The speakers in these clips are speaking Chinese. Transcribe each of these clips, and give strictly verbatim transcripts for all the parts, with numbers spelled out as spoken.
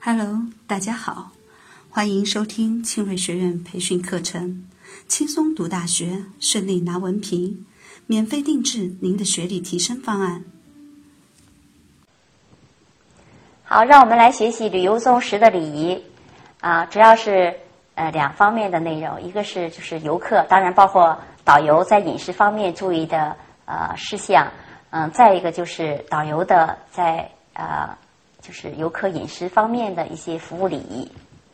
Hello， 大家好，欢迎收听庆瑞学院培训课程，轻松读大学，顺利拿文凭，免费定制您的学历提升方案。 好，让我们来学习旅游中时的礼仪啊，主要是呃两方面的内容，一个是就是游客，当然包括导游在饮食方面注意的呃事项，嗯，再一个就是导游的在呃就是游客饮食方面的一些服务礼仪。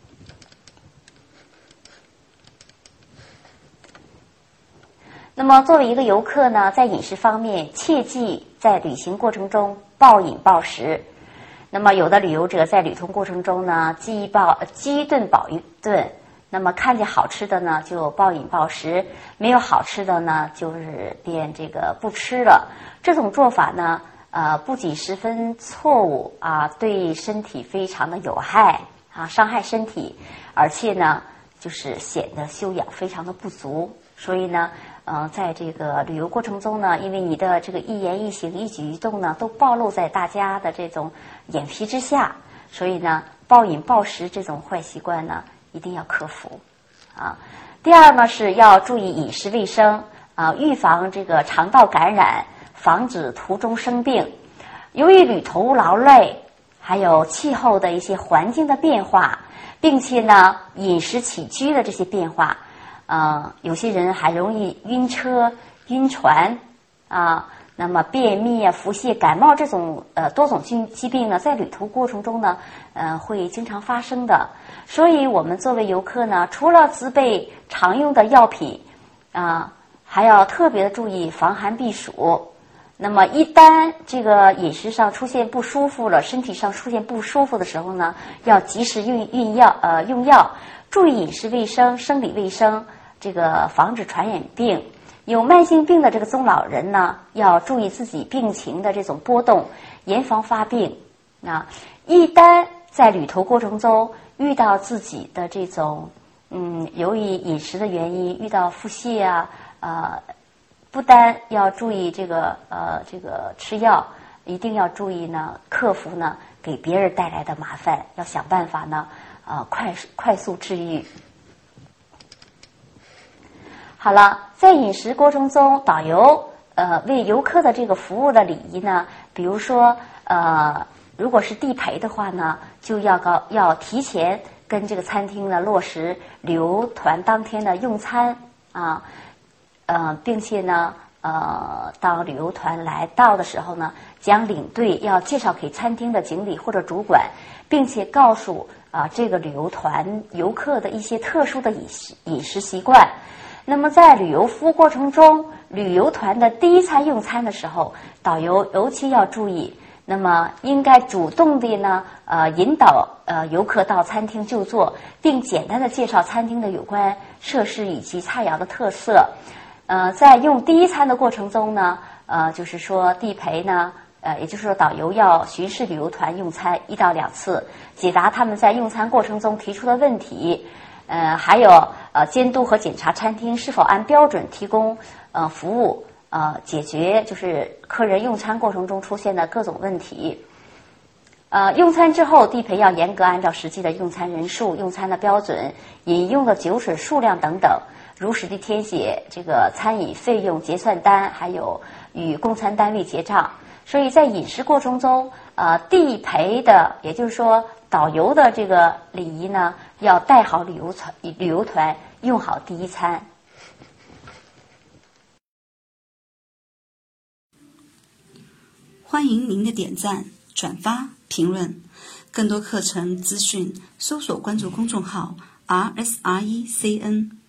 那么作为一个游客呢，在饮食方面切记在旅行过程中暴饮暴食。那么有的旅游者在旅途过程中呢，饥一暴饥一顿饱一顿，那么看见好吃的呢就暴饮暴食，没有好吃的呢就是便这个不吃了。这种做法呢，呃，不仅十分错误啊，对身体非常的有害啊，伤害身体，而且呢，就是显得修养非常的不足。所以呢，呃，在这个旅游过程中呢，因为你的这个一言一行、一举一动呢，都暴露在大家的这种眼皮之下，所以呢，暴饮暴食这种坏习惯呢，一定要克服啊。第二呢，是要注意饮食卫生啊，预防这个肠道感染，防止途中生病。由于旅途劳累，还有气候的一些环境的变化，并且呢，饮食起居的这些变化。呃，有些人还容易晕车、晕船啊，那么便秘啊、腹泻、感冒这种呃多种疾疾病呢，在旅途过程中呢，呃，会经常发生的。所以我们作为游客呢，除了自备常用的药品啊，还要特别的注意防寒避暑。那么一旦这个饮食上出现不舒服了，身体上出现不舒服的时候呢，要及时用用药呃用药，注意饮食卫生、生理卫生。这个防止传染病，有慢性病的这个中老人呢，要注意自己病情的这种波动，严防发病。啊，一旦在旅途过程中遇到自己的这种，嗯，由于饮食的原因遇到腹泻啊，呃，不单要注意这个呃这个吃药，一定要注意呢，克服呢给别人带来的麻烦，要想办法呢，呃，快快速治愈。好了，在饮食过程中，导游呃为游客的这个服务的礼仪呢，比如说呃，如果是地陪的话呢，就要高要提前跟这个餐厅呢落实旅游团当天的用餐啊，呃，并且呢呃，当旅游团来到的时候呢，将领队要介绍给餐厅的经理或者主管，并且告诉啊、呃、这个旅游团游客的一些特殊的饮食饮食习惯。那么在旅游服务过程中，旅游团的第一餐用餐的时候，导游尤其要注意，那么应该主动的呢，呃，引导呃游客到餐厅就坐，并简单的介绍餐厅的有关设施以及菜肴的特色。呃，在用第一餐的过程中呢，呃，就是说地陪呢，呃，也就是说导游要巡视旅游团用餐一到两次，解答他们在用餐过程中提出的问题。呃，还有呃，监督和检查餐厅是否按标准提供呃服务，呃，解决就是客人用餐过程中出现的各种问题。呃，用餐之后，地陪要严格按照实际的用餐人数、用餐的标准、饮用的酒水数量等等，如实地填写这个餐饮费用结算单，还有与供餐单位结账。所以在饮食过程中，呃，地陪的，也就是说导游的这个礼仪呢，要带好旅游团，旅游团用好第一餐。 欢迎您的点赞、转发、评论，更多课程资讯，搜索关注公众号 R S R E C N。